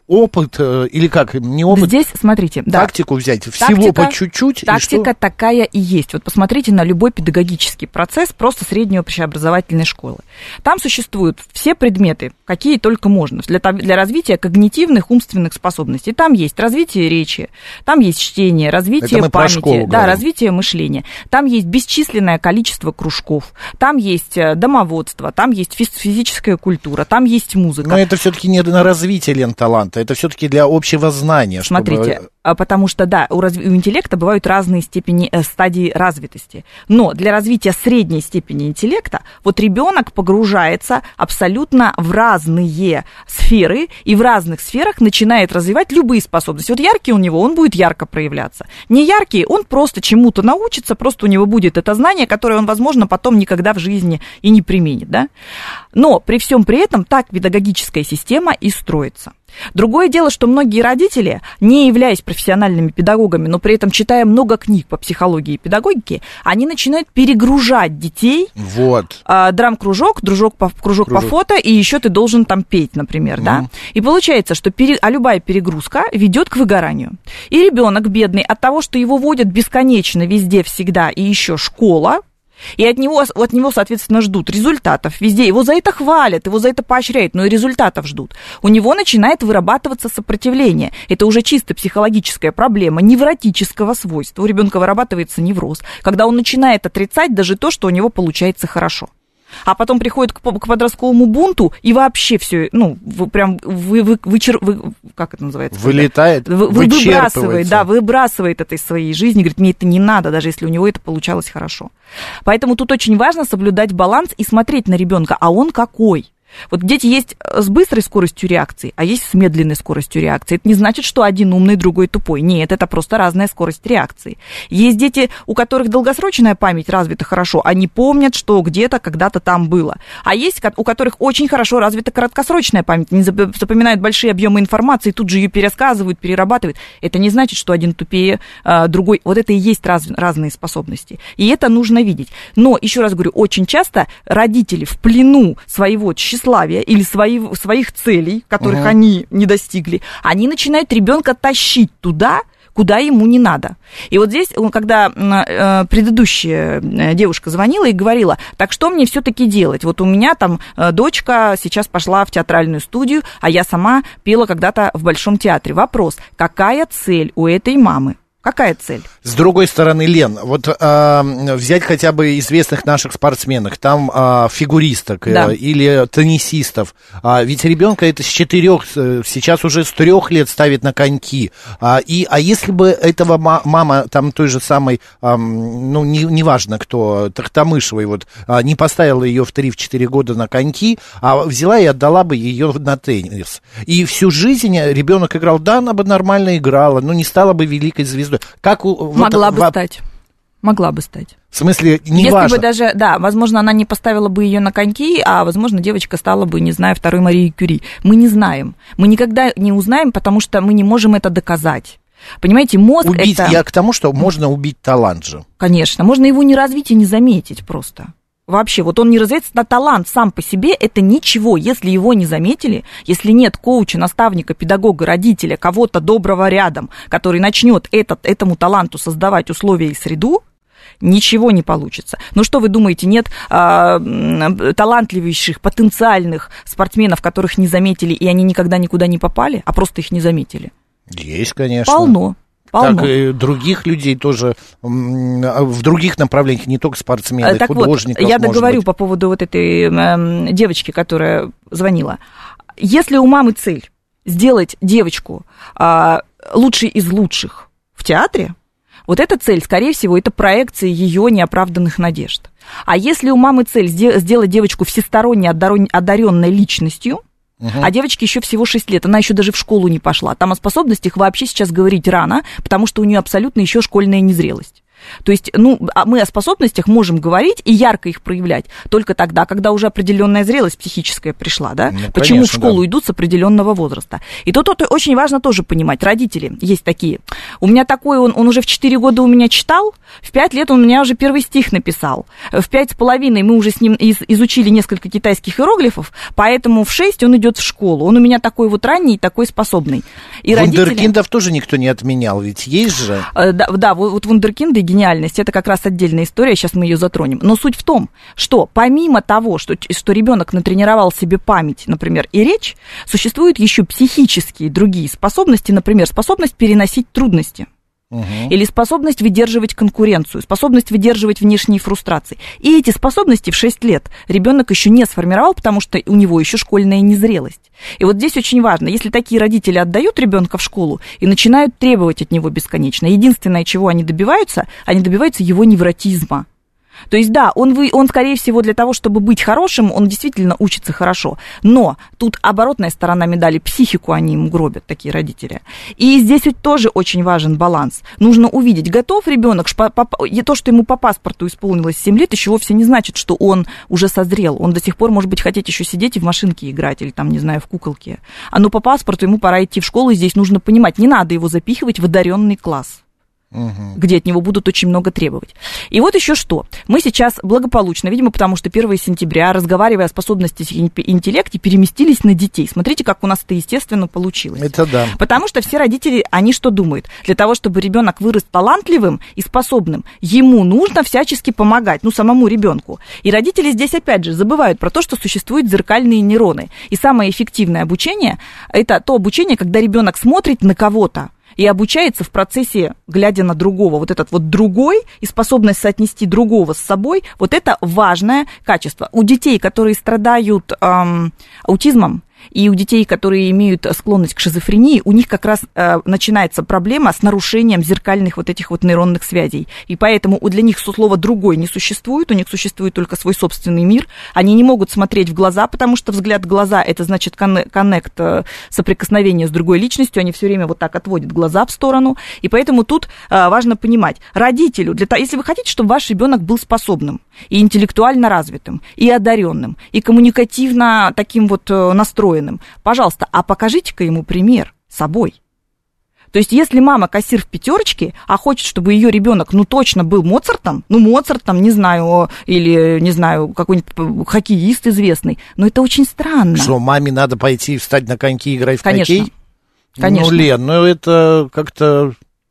опыт, или как, не опыт, здесь, смотрите, тактику да. взять, тактика, всего по чуть-чуть. Тактика такая и есть. Вот посмотрите на любой педагогический процесс просто средней общеобразовательной школы. Там существуют все предметы, какие только можно, для, для развития когнитивных, умственных способностей. Там есть развитие речи, там есть чтение, развитие памяти, да, развитие мышления. Там есть бесчисленное количество кружков, там есть домоводство, там есть физическая культура, там есть музыка. Но это все-таки не на развитие, Лен, таланта, это все-таки для общего знания. Смотрите, чтобы... потому что, да, у, разв... у интеллекта бывают разные степени, э, стадии развитости. Но для развития средней степени интеллекта вот ребенок погружается абсолютно в разные сферы, и в разных сферах начинает развивать любые способности. Вот яркий у него, он будет ярко проявляться. Не яркий, он просто чему-то научится, просто у него будет это знание, которое он, возможно, потом никогда в жизни и не применит, да? Но при всем при этом так педагогическая система и строится. Другое дело, что многие родители, не являясь профессиональными педагогами, но при этом читая много книг по психологии и педагогике, они начинают перегружать детей. Вот. А, драм-кружок, дружок по, кружок, кружок по фото, и еще ты должен там петь, например, mm. да? И получается, что пере, а любая перегрузка ведет к выгоранию. И ребенок бедный от того, что его водят бесконечно везде, всегда, и еще школа, и от него, от него, соответственно, ждут результатов везде. Его за это хвалят, его за это поощряют, но и результатов ждут. У него начинает вырабатываться сопротивление. Это уже чисто психологическая проблема невротического свойства. У ребенка вырабатывается невроз, когда он начинает отрицать даже то, что у него получается хорошо. А потом приходит к, к подростковому бунту, и вообще все, ну, вы, прям вы, вы, вычер, вы, как это называется? Вылетает, вы, выбрасывает, да, выбрасывает это из своей жизни, говорит, мне это не надо, даже если у него это получалось хорошо. Поэтому тут очень важно соблюдать баланс и смотреть на ребенка, а он какой? Вот дети есть с быстрой скоростью реакции, а есть с медленной скоростью реакции. Это не значит, что один умный, другой тупой. Нет, это просто разная скорость реакции. Есть дети, у которых долгосрочная память развита хорошо, они помнят, что где-то, когда-то там было. А есть, у которых очень хорошо развита краткосрочная память, они запоминают большие объемы информации, тут же ее пересказывают, перерабатывают. Это не значит, что один тупее, другой. Вот это и есть раз, разные способности. И это нужно видеть. Но, еще раз говорю, очень часто родители в плену своего тщеславия или свои, своих целей, которых угу. они не достигли, они начинают ребенка тащить туда, куда ему не надо. И вот здесь, когда э, предыдущая девушка звонила и говорила, так что мне все-таки делать? Вот у меня там э, дочка сейчас пошла в театральную студию, а я сама пела когда-то в Большом театре. Вопрос, какая цель у этой мамы? Какая цель? С другой стороны, Лен, вот э, взять хотя бы известных наших спортсменок, там э, фигуристок да. э, или теннисистов, а ведь ребенка это с четырех, сейчас уже с трех лет ставит на коньки. А, и, а если бы этого ма- мама, там той же самой, э, ну, не, неважно кто, Тахтамышевой, вот, э, не поставила ее в три-четыре года на коньки, а взяла и отдала бы ее на теннис. И всю жизнь ребенок играл, да, она бы нормально играла, но не стала бы великой звездой. Как у, Могла вот, бы в... стать. Могла бы стать. В смысле, не Если важно. бы даже, да, возможно, она не поставила бы ее на коньки, а, возможно, девочка стала бы, не знаю, второй Марией Кюри. Мы не знаем. Мы никогда не узнаем, потому что мы не можем это доказать. Понимаете, мозг убить, это... Я к тому, что можно убить талант же. Конечно. Можно его не развить и не заметить просто. Вообще, вот он не развивается, на талант сам по себе, это ничего, если его не заметили, если нет коуча, наставника, педагога, родителя, кого-то доброго рядом, который начнет этот, этому таланту создавать условия и среду, ничего не получится. Ну что вы думаете, нет а, талантливейших, потенциальных спортсменов, которых не заметили, и они никогда никуда не попали, а просто их не заметили? Есть, конечно. Полно. Полно. Так и других людей тоже, в других направлениях, не только спортсменов, так художников. Вот, я договорю быть. По поводу вот этой э, девочки, которая звонила. Если у мамы цель сделать девочку э, лучшей из лучших в театре, вот эта цель, скорее всего, это проекция ее неоправданных надежд. А если у мамы цель сделать девочку всесторонне одаренной личностью, Uh-huh. а девочке еще всего шесть лет, она еще даже в школу не пошла. Там о способностях вообще сейчас говорить рано, потому что у нее абсолютно еще школьная незрелость. То есть, ну, мы о способностях можем говорить и ярко их проявлять только тогда, когда уже определенная зрелость психическая пришла, да? Ну, почему конечно, в школу да. идут с определенного возраста. И тут, тут очень важно тоже понимать, родители есть такие. У меня такой, он, он уже в четыре года у меня читал, в пять лет он у меня уже первый стих написал, в пять с половиной мы уже с ним из, изучили несколько китайских иероглифов, поэтому в шесть он идет в школу. Он у меня такой вот ранний, такой способный. И вундеркиндов родители... тоже никто не отменял, ведь есть же? Да, да, вот вундеркинды и гениальность, это как раз отдельная история, сейчас мы ее затронем. Но суть в том, что помимо того, что, что ребенок натренировал себе память, например, и речь, существуют еще психические другие способности, например, способность переносить трудности. Угу. Или способность выдерживать конкуренцию, способность выдерживать внешние фрустрации. И эти способности в шесть лет ребенок еще не сформировал, потому что у него еще школьная незрелость. И вот здесь очень важно, если такие родители отдают ребенка в школу и начинают требовать от него бесконечно, единственное, чего они добиваются, они добиваются его невротизма. То есть, да, он, вы, он, скорее всего, для того, чтобы быть хорошим, он действительно учится хорошо. Но тут оборотная сторона медали, психику они ему гробят, такие родители. И здесь ведь тоже очень важен баланс. Нужно увидеть, готов ребенок, то, что ему по паспорту исполнилось семь лет, еще вовсе не значит, что он уже созрел. Он до сих пор, может быть, хотеть еще сидеть и в машинке играть, или там, не знаю, в куколке. А ну по паспорту ему пора идти в школу, и здесь нужно понимать, не надо его запихивать в одаренный класс. Угу. Где от него будут очень много требовать. И вот еще что. Мы сейчас благополучно, видимо, потому что первого сентября, разговаривая о способностях и интеллекте, переместились на детей. Смотрите, как у нас это естественно получилось. Это да. Потому что все родители, они что думают? Для того, чтобы ребенок вырос талантливым и способным, ему нужно всячески помогать, ну, самому ребенку. И родители здесь, опять же, забывают про то, что существуют зеркальные нейроны. И самое эффективное обучение – это то обучение, когда ребенок смотрит на кого-то и обучается в процессе, глядя на другого. Вот этот вот другой и способность соотнести другого с собой, вот это важное качество. У детей, которые страдают эм, аутизмом, и у детей, которые имеют склонность к шизофрении, у них как раз э, начинается проблема с нарушением зеркальных вот этих вот нейронных связей. И поэтому для них слово «другой» не существует, у них существует только свой собственный мир. Они не могут смотреть в глаза, потому что взгляд в глаза – это значит коннект, соприкосновение с другой личностью. Они все время вот так отводят глаза в сторону. И поэтому тут э, важно понимать, родителю, для того, если вы хотите, чтобы ваш ребенок был способным, и интеллектуально развитым, и одаренным, и коммуникативно таким вот настроенным, пожалуйста, а покажите-ка ему пример собой. То есть, если мама кассир в пятерочке, а хочет, чтобы ее ребенок, ну, точно был Моцартом, ну, Моцартом, не знаю, или, не знаю, какой-нибудь хоккеист известный, но это очень странно. Что, маме надо пойти встать на коньки и играть в Конечно. хоккей? Конечно. Ну, Лен, ну, это как-то...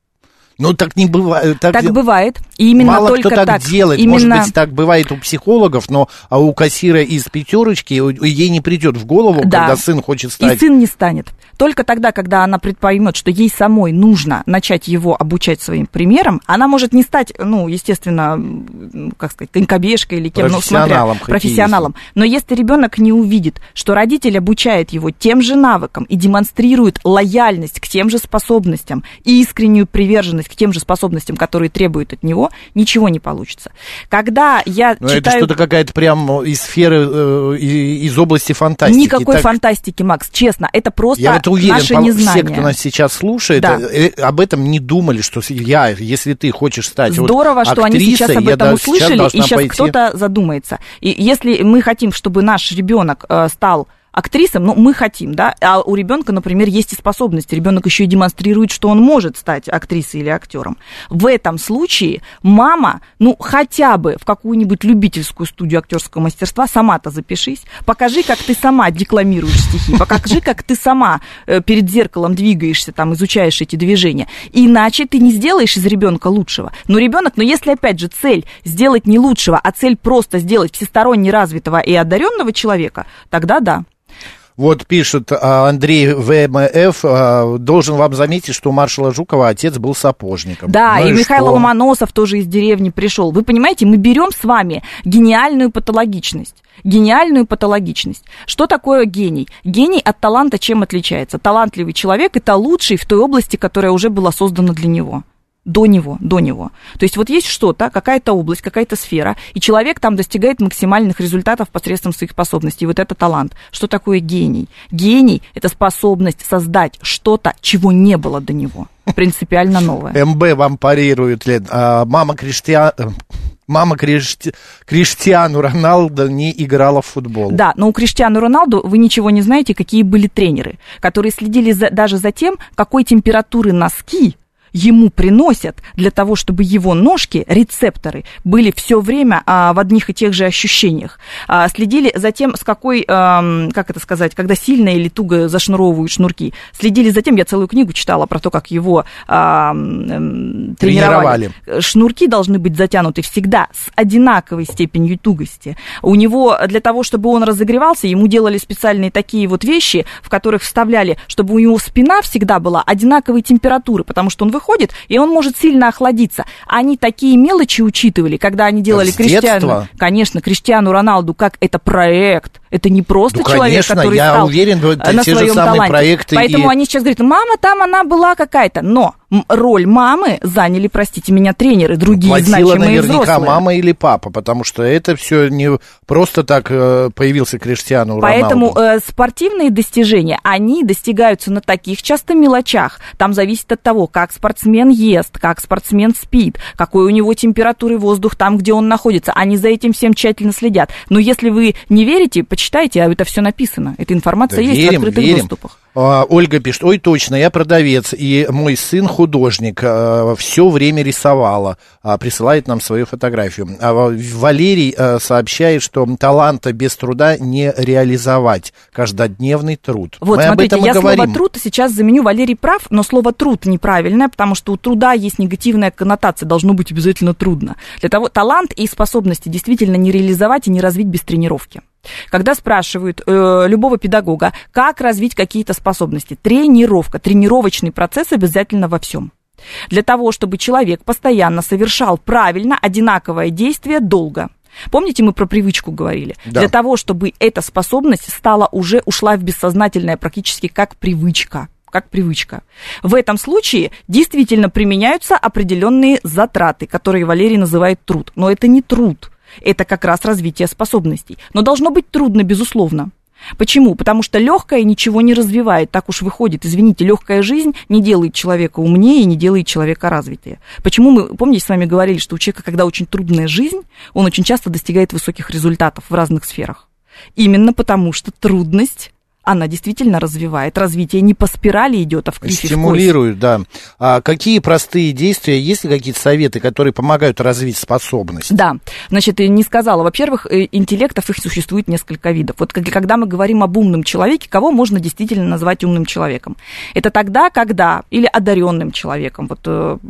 Ну, так не бывает. Так, так бывает. И именно мало только кто так, так делает. Именно... Может быть, так бывает у психологов, но а у кассира из пятерочки ей не придет в голову, да. когда сын хочет стать. И сын не станет. Только тогда, когда она предпоймет, что ей самой нужно начать его обучать своим примером, она может не стать, ну, естественно, как сказать, конькобежкой или кем, профессионалом, ну, смотря, профессионалом. Но если ребенок не увидит, что родитель обучает его тем же навыкам и демонстрирует лояльность к тем же способностям и искреннюю приверженность к тем же способностям, которые требуют от него, ничего не получится. Когда я Но читаю... это что-то какая-то прям из сферы, э, из области фантастики. Никакой так... фантастики, Макс, честно, это просто я вот уверен, наше по... незнание. Все, кто нас сейчас слушает, да. э, э, об этом не думали, что я, если ты хочешь стать Здорово, вот, что актрисой, они сейчас об этом я услышали, сейчас и сейчас пойти... кто-то задумается. И если мы хотим, чтобы наш ребенок э, стал актрисам, ну, мы хотим, да, а у ребенка, например, есть и способности, ребенок еще и демонстрирует, что он может стать актрисой или актером. В этом случае мама, ну, хотя бы в какую-нибудь любительскую студию актерского мастерства, сама-то запишись, покажи, как ты сама декламируешь стихи, покажи, как ты сама перед зеркалом двигаешься, там, изучаешь эти движения, иначе ты не сделаешь из ребенка лучшего. Но ребенок, но если, опять же, цель сделать не лучшего, а цель просто сделать всесторонне развитого и одаренного человека, тогда да. Вот пишет Андрей ВМФ, должен вам заметить, что у маршала Жукова отец был сапожником. Да, ну и, и Михаил что? Ломоносов тоже из деревни пришел. Вы понимаете, мы берем с вами гениальную патологичность. Гениальную патологичность. Что такое гений? Гений от таланта чем отличается? Талантливый человек – это лучший в той области, которая уже была создана для него. До него, до него. То есть вот есть что-то, какая-то область, какая-то сфера, и человек там достигает максимальных результатов посредством своих способностей. И вот это талант. Что такое гений? Гений – это способность создать что-то, чего не было до него. принципиально новое. МБ вам парирует, Лен. А, мама Криштиан... Мама Кришти... Криштиану Роналду не играла в футбол. Да, но у Криштиану Роналду вы ничего не знаете, какие были тренеры, которые следили за, даже за тем, какой температуры носки ему приносят для того, чтобы его ножки, рецепторы, были все время а, в одних и тех же ощущениях. А, следили за тем, с какой, а, как это сказать, когда сильно или туго зашнуровывают шнурки. Следили за тем, я целую книгу читала про то, как его а, тренировали. тренировали. Шнурки должны быть затянуты всегда с одинаковой степенью тугости. У него, для того, чтобы он разогревался, ему делали специальные такие вот вещи, в которых вставляли, чтобы у него спина всегда была одинаковой температуры, потому что он выходит ходит, и он может сильно охладиться. Они такие мелочи учитывали, когда они делали Криштиану, конечно, Криштиану Роналду, как это проект. Это не просто ну, человек, конечно, который я стал уверен, на те своем же самые таланте. Проекты Поэтому и... они сейчас говорят, мама там, она была какая-то. Но роль мамы заняли, простите меня, тренеры, другие Платила значимые наверняка взрослые. мама или папа, потому что это все не просто так появился Криштиану Роналду. Поэтому э, спортивные достижения, они достигаются на таких часто мелочах. Там зависит от того, как спортсмен ест, как спортсмен спит, какой у него температуры воздух там, где он находится. Они за этим всем тщательно следят. Но если вы не верите, почитайте, а это все написано. Эта информация да есть верим, в открытых верим. доступах. А, Ольга пишет, ой, точно, я продавец, и мой сын художник, а, все время рисовала, а, присылает нам свою фотографию. А Валерий а, сообщает, что таланта без труда не реализовать, каждодневный труд. Вот, Мы смотрите, об этом я и говорим. слово «труд» сейчас заменю, Валерий прав, но слово «труд» неправильное, потому что у труда есть негативная коннотация, должно быть обязательно трудно. Для того талант и способности действительно не реализовать и не развить без тренировки. Когда спрашивают э, любого педагога, как развить какие-то способности, тренировка, тренировочный процесс обязательно во всем. Для того, чтобы человек постоянно совершал правильно одинаковое действие долго. Помните, мы про привычку говорили? Да. Для того, чтобы эта способность стала уже, ушла в бессознательное практически как привычка. как привычка. В этом случае действительно применяются определенные затраты, которые Валерий называет труд. Но это не труд. Это как раз развитие способностей. Но должно быть трудно, безусловно. Почему? Потому что легкое ничего не развивает. Так уж выходит. Извините, легкая жизнь не делает человека умнее и не делает человека развитее. Почему мы, помните, с вами говорили, что у человека, когда очень трудная жизнь, он очень часто достигает высоких результатов в разных сферах. Именно потому что трудность, она действительно развивает. Развитие не по спирали идет, а в крифе. Стимулирует, да. А какие простые действия, есть ли какие-то советы, которые помогают развить способность? Да, значит, не сказала. Во-первых, интеллектов их существует несколько видов. Вот когда мы говорим об умном человеке, кого можно действительно назвать умным человеком? Это тогда, когда, или одаренным человеком, вот,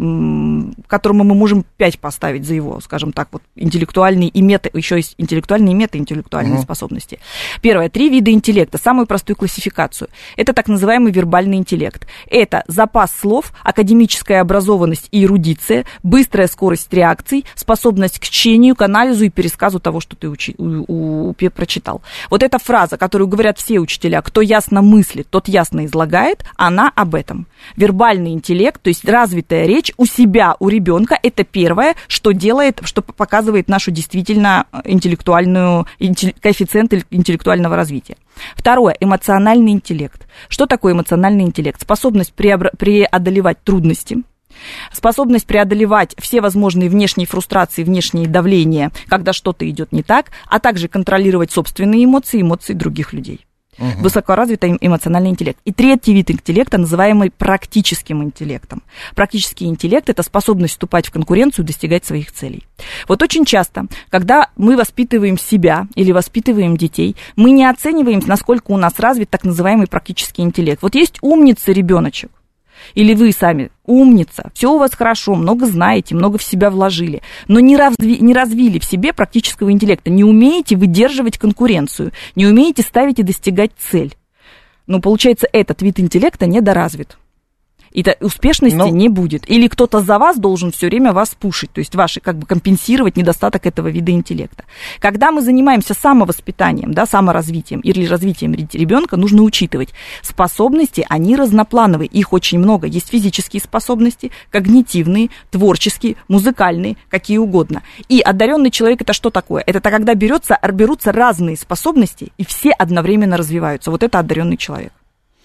которому мы можем пять поставить за его, скажем так, вот, интеллектуальные и мета, еще есть интеллектуальные и метаинтеллектуальные угу. способности. Первое, три вида интеллекта. Самый простой классификацию. Это так называемый вербальный интеллект. Это запас слов, академическая образованность и эрудиция, быстрая скорость реакций, способность к чтению, к анализу и пересказу того, что ты учи, у, у, прочитал. Вот эта фраза, которую говорят все учителя, кто ясно мыслит, тот ясно излагает, она об этом. Вербальный интеллект, то есть развитая речь у себя, у ребенка, это первое, что делает, что показывает нашу действительно интеллектуальную, коэффициент интеллектуального развития. Второе, эмоциональный интеллект. Что такое эмоциональный интеллект? Способность преодолевать трудности, способность преодолевать все возможные внешние фрустрации, внешние давления, когда что-то идет не так, а также контролировать собственные эмоции, эмоции других людей. Угу. Высокоразвитый эмоциональный интеллект. И третий вид интеллекта, называемый практическим интеллектом. Практический интеллект – это способность вступать в конкуренцию, достигать своих целей. Вот очень часто, когда мы воспитываем себя или воспитываем детей, мы не оцениваем, насколько у нас развит так называемый практический интеллект. Вот есть умница ребеночек, или вы сами умница, все у вас хорошо, много знаете, много в себя вложили, но не, разви, не развили в себе практического интеллекта, не умеете выдерживать конкуренцию, не умеете ставить и достигать цель. Но получается, этот вид интеллекта недоразвит. И успешности Но... не будет. Или кто-то за вас должен все время вас пушить, то есть ваши, как бы компенсировать недостаток этого вида интеллекта. Когда мы занимаемся самовоспитанием, да, саморазвитием или развитием ребенка, нужно учитывать способности, они разноплановые, их очень много. Есть физические способности, когнитивные, творческие, музыкальные, какие угодно. И одаренный человек это что такое? Это когда берется, берутся разные способности и все одновременно развиваются. Вот это одаренный человек.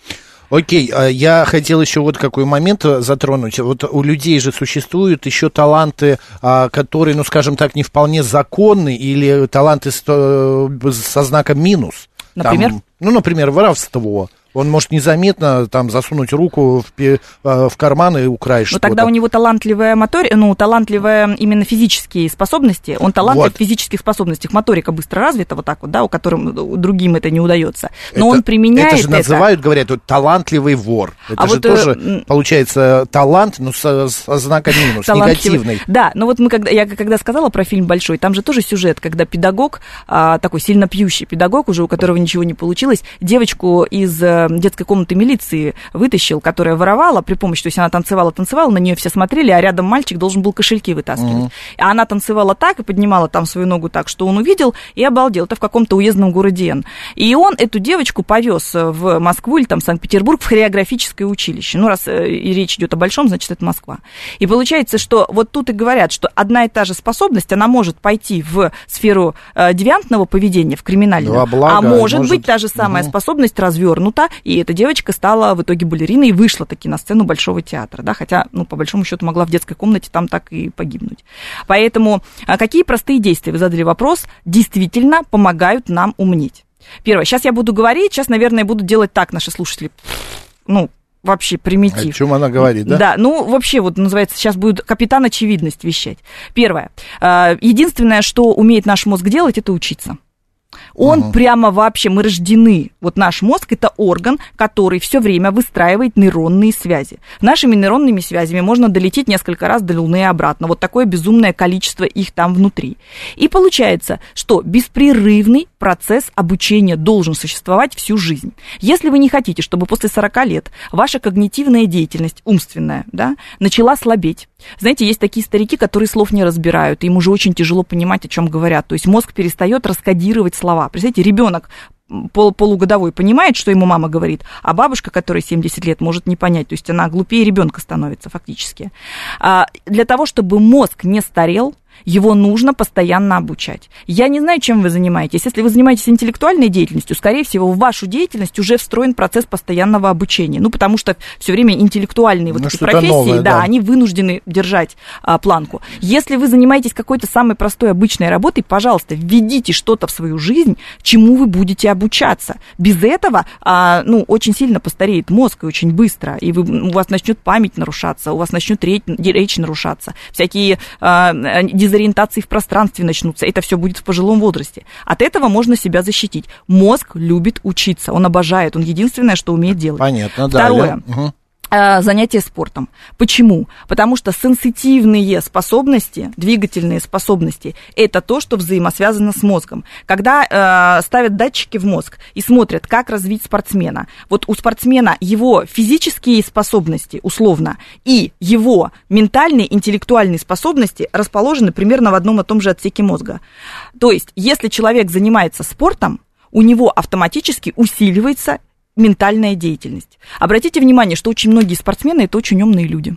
Окей, я хотел еще вот какой момент затронуть. Вот у людей же существуют еще таланты, которые, ну, скажем так, не вполне законны, или таланты со знаком минус. Например? Там, ну, например, воровство. Он может незаметно там засунуть руку в, в карман и украсть Но что-то. тогда у него талантливая моторика, ну, талантливая именно физические способности. Он талантлив вот. в физических способностях. Моторика быстро развита, вот так вот, да, у которым другим это не удается. Но это, он применяет это. же называют, это... говорят, вот, талантливый вор. Это а же вот, тоже, э... получается, талант, но со, со знаком минус, негативный. Да, но вот мы, когда, я когда сказала про фильм «Большой», там же тоже сюжет, когда педагог, а, такой сильно пьющий педагог, уже у которого ничего не получилось, девочку из детской комнаты милиции вытащил, которая воровала при помощи, то есть она танцевала, танцевала, на нее все смотрели, а рядом мальчик должен был кошельки вытаскивать. Mm-hmm. А она танцевала так и поднимала там свою ногу так, что он увидел и обалдел. Это в каком-то уездном городе Н. И он эту девочку повез в Москву или там Санкт-Петербург в хореографическое училище. Ну, раз и речь идет о большом, значит, это Москва. И получается, что вот тут и говорят, что одна и та же способность, она может пойти в сферу девиантного поведения, в криминальную, блага, а может, может быть та же самая mm-hmm. способность развернута, и эта девочка стала в итоге балериной и вышла таки на сцену Большого театра, да, хотя, ну, по большому счету, могла в детской комнате там так и погибнуть. Поэтому какие простые действия, вы задали вопрос, действительно помогают нам умнеть? Первое, сейчас я буду говорить, сейчас, наверное, будут делать так наши слушатели, ну, вообще примитив. О чем она говорит, да? Да, ну, вообще, вот называется, сейчас будет капитан очевидность вещать. Первое, единственное, что умеет наш мозг делать, это учиться. Он uh-huh. прямо вообще, мы рождены, вот наш мозг это орган, который все время выстраивает нейронные связи. Нашими нейронными связями можно долететь несколько раз до Луны и обратно. Вот такое безумное количество их там внутри. И получается, что беспрерывный процесс обучения должен существовать всю жизнь. Если вы не хотите, чтобы после сорока лет ваша когнитивная деятельность, умственная, да, начала слабеть. Знаете, есть такие старики, которые слов не разбирают, им уже очень тяжело понимать, о чем говорят. То есть мозг перестает раскодировать слова. Представляете, ребенок пол, полугодовой понимает, что ему мама говорит, а бабушка, которой семьдесят лет, может не понять. То есть она глупее ребенка становится фактически. А для того, чтобы мозг не старел, его нужно постоянно обучать. Я не знаю, чем вы занимаетесь. Если вы занимаетесь интеллектуальной деятельностью, скорее всего, в вашу деятельность уже встроен процесс постоянного обучения. Ну, потому что все время интеллектуальные вот ну, эти профессии, новое, да, да, они вынуждены держать а, планку. Если вы занимаетесь какой-то самой простой обычной работой, пожалуйста, введите что-то в свою жизнь, чему вы будете обучаться. Без этого, а, ну, очень сильно постареет мозг и очень быстро, и вы, у вас начнет память нарушаться, у вас начнет речь, речь нарушаться, всякие а, дезориентации в пространстве начнутся. Это все будет в пожилом возрасте. От этого можно себя защитить. Мозг любит учиться. Он обожает. Он единственное, что умеет делать. Понятно, да. Второе. Угу. Занятия спортом. Почему? Потому что сенситивные способности, двигательные способности, это то, что взаимосвязано с мозгом. Когда э, ставят датчики в мозг и смотрят, как развить спортсмена, вот у спортсмена его физические способности, условно, и его ментальные, интеллектуальные способности расположены примерно в одном и том же отсеке мозга. То есть, если человек занимается спортом, у него автоматически усиливается ментальная деятельность. Обратите внимание, что очень многие спортсмены – это очень умные люди.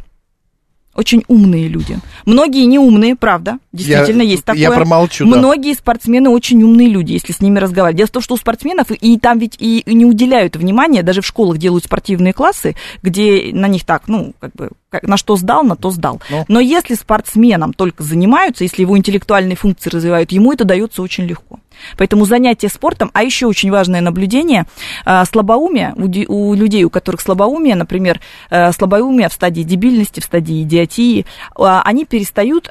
Очень умные люди. Многие не умные, правда, действительно я, есть такое. Я промолчу, Многие да. спортсмены очень умные люди, если с ними разговаривать. Дело в том, что у спортсменов, и там ведь и не уделяют внимания, даже в школах делают спортивные классы, где на них так, ну, как бы, на что сдал, на то сдал. Ну. Но если спортсменом только занимаются, если его интеллектуальные функции развивают, ему это дается очень легко. Поэтому занятие спортом, а еще очень важное наблюдение, слабоумие, у людей, у которых слабоумие, например, слабоумие в стадии дебильности, в стадии идиотии, они перестают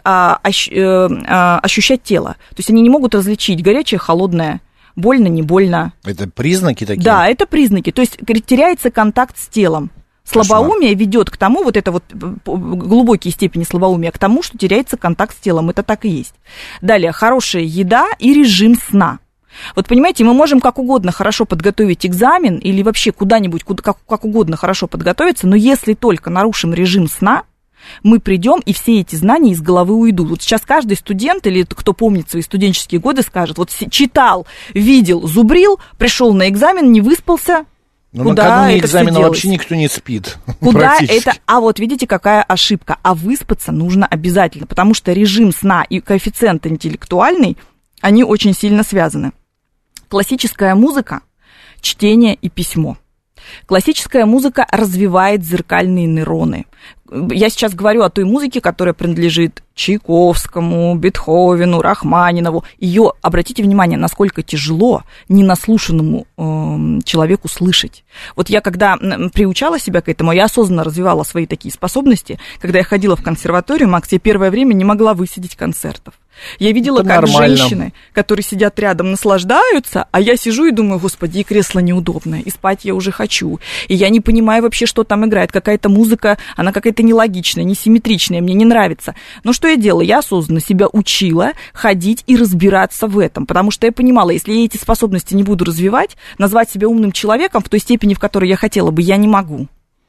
ощущать тело. То есть они не могут различить горячее, холодное, больно, не больно. Это признаки такие? Да, это признаки. То есть теряется контакт с телом. Слабоумие ведет к тому, вот это вот глубокие степени слабоумия, к тому, что теряется контакт с телом. Это так и есть. Далее, хорошая еда и режим сна. Вот понимаете, мы можем как угодно хорошо подготовить экзамен или вообще куда-нибудь, куда, как, как угодно хорошо подготовиться, но если только нарушим режим сна, мы придем, и все эти знания из головы уйдут. Вот сейчас каждый студент, или кто помнит свои студенческие годы, скажет, вот читал, видел, зубрил, пришел на экзамен, не выспался. Но куда накануне это экзамена вообще никто не спит. Куда это? А вот видите, какая ошибка. А выспаться нужно обязательно, потому что режим сна и коэффициент интеллектуальный, они очень сильно связаны. Классическая музыка, чтение и письмо. Классическая музыка развивает зеркальные нейроны. Я сейчас говорю о той музыке, которая принадлежит Чайковскому, Бетховену, Рахманинову. Ее, обратите внимание, насколько тяжело ненаслушанному э, человеку слышать. Вот я, когда приучала себя к этому, я осознанно развивала свои такие способности. Когда я ходила в консерваторию, Макс, я первое время не могла высидеть концертов. Я видела, это как нормально. Женщины, которые сидят рядом, наслаждаются, а я сижу и думаю, господи, и кресло неудобное, и спать я уже хочу. И я не понимаю вообще, что там играет. Какая-то музыка, она какая-то нелогичная, несимметричная, мне не нравится. Но что я делала? Я осознанно себя учила ходить и разбираться в этом, потому что я понимала, если я эти способности не буду развивать, назвать себя умным человеком в той степени, в которой я хотела бы, я не могу.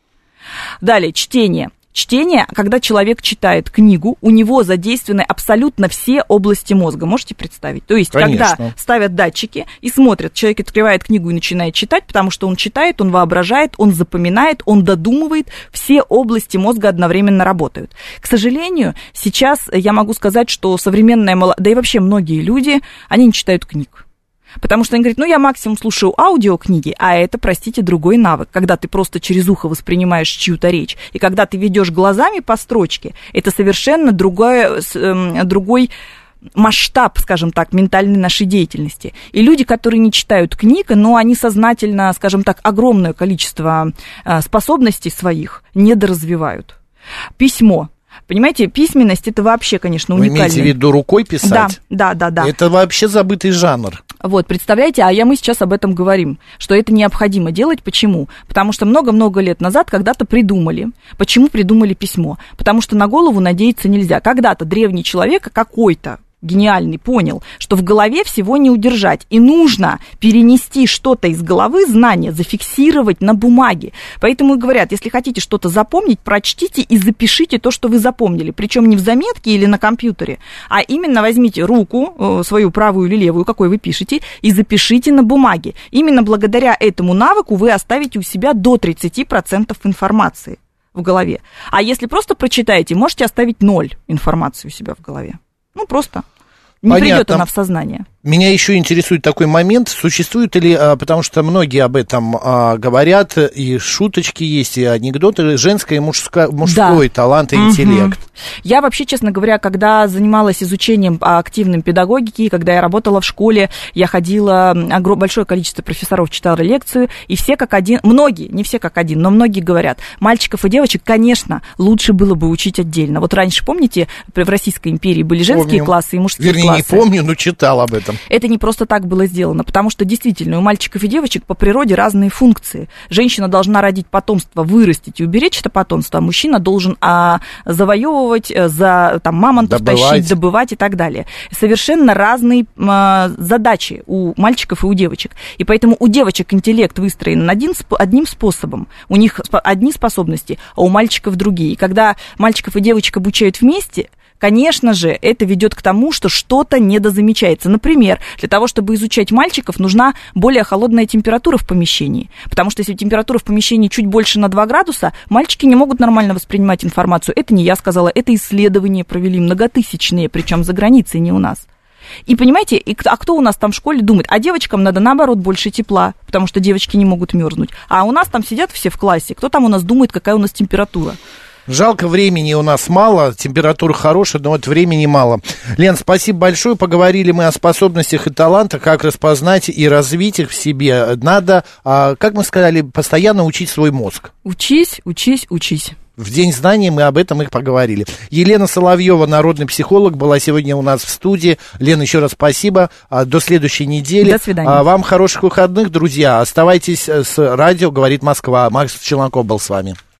Далее, чтение. Чтение, когда человек читает книгу, у него задействованы абсолютно все области мозга. Можете представить? То есть, конечно. Когда ставят датчики и смотрят, человек открывает книгу и начинает читать, потому что он читает, он воображает, он запоминает, он додумывает, все области мозга одновременно работают. К сожалению, сейчас я могу сказать, что современная молодежь, да и вообще многие люди, они не читают книг. Потому что они говорят, ну, я максимум слушаю аудиокниги, а это, простите, другой навык. Когда ты просто через ухо воспринимаешь чью-то речь, и когда ты ведешь глазами по строчке, это совершенно другое, другой масштаб, скажем так, ментальной нашей деятельности. И люди, которые не читают книг, но они сознательно, скажем так, огромное количество способностей своих недоразвивают. Письмо. Понимаете, письменность – это вообще, конечно, уникально. Вы имеете в виду рукой писать? Да, да, да, да. Это вообще забытый жанр. Вот, представляете, а я, мы сейчас об этом говорим, что это необходимо делать. Почему? Потому что много-много лет назад когда-то придумали. Почему придумали письмо? Потому что на голову надеяться нельзя. Когда-то древний человек какой-то, гениальный, понял, что в голове всего не удержать, и нужно перенести что-то из головы, знания, зафиксировать на бумаге. Поэтому и говорят, если хотите что-то запомнить, прочтите и запишите то, что вы запомнили, причем не в заметке или на компьютере, а именно возьмите руку, свою правую или левую, какой вы пишете, и запишите на бумаге. Именно благодаря этому навыку вы оставите у себя до тридцать процентов информации в голове. А если просто прочитаете, можете оставить ноль информации у себя в голове. Ну, просто не Понятно. Придет она в сознание. Меня еще интересует такой момент, существует ли, потому что многие об этом а, говорят, и шуточки есть, и анекдоты, женское и мужское, мужской да. талант и угу. интеллект. Я вообще, честно говоря, когда занималась изучением активной педагогики, когда я работала в школе, я ходила, большое количество профессоров читала лекцию, и все как один, многие, не все как один, но многие говорят, мальчиков и девочек, конечно, лучше было бы учить отдельно. Вот раньше, помните, в Российской империи были женские Помню. классы и мужские Вернее, классы? Вернее, не помню, но читал об этом. Это не просто так было сделано, потому что действительно у мальчиков и девочек по природе разные функции. Женщина должна родить потомство, вырастить и уберечь это потомство, а мужчина должен а, завоевывать, за там, мамонтов добывать. тащить, добывать и так далее. Совершенно разные а, задачи у мальчиков и у девочек. И поэтому у девочек интеллект выстроен один, одним способом, у них одни способности, а у мальчиков другие. И когда мальчиков и девочек обучают вместе, конечно же, это ведет к тому, что что-то недозамечается. Например, для того, чтобы изучать мальчиков, нужна более холодная температура в помещении. Потому что если температура в помещении чуть больше на два градуса, мальчики не могут нормально воспринимать информацию. Это не я сказала, это исследования провели многотысячные, причем за границей, не у нас. И понимаете, и, а кто у нас там в школе думает? А девочкам надо, наоборот, больше тепла, потому что девочки не могут мерзнуть. А у нас там сидят все в классе. Кто там у нас думает, какая у нас температура? Жалко, времени у нас мало, температура хорошая, но вот времени мало. Лен, спасибо большое, поговорили мы о способностях и талантах, как распознать и развить их в себе. Надо, как мы сказали, постоянно учить свой мозг. Учись, учись, учись. В День знаний мы об этом и поговорили. Елена Соловьева, народный психолог, была сегодня у нас в студии. Лена, еще раз спасибо. До следующей недели. До свидания. Вам хороших выходных, друзья. Оставайтесь с радио «Говорит Москва». Макс Челноков был с вами.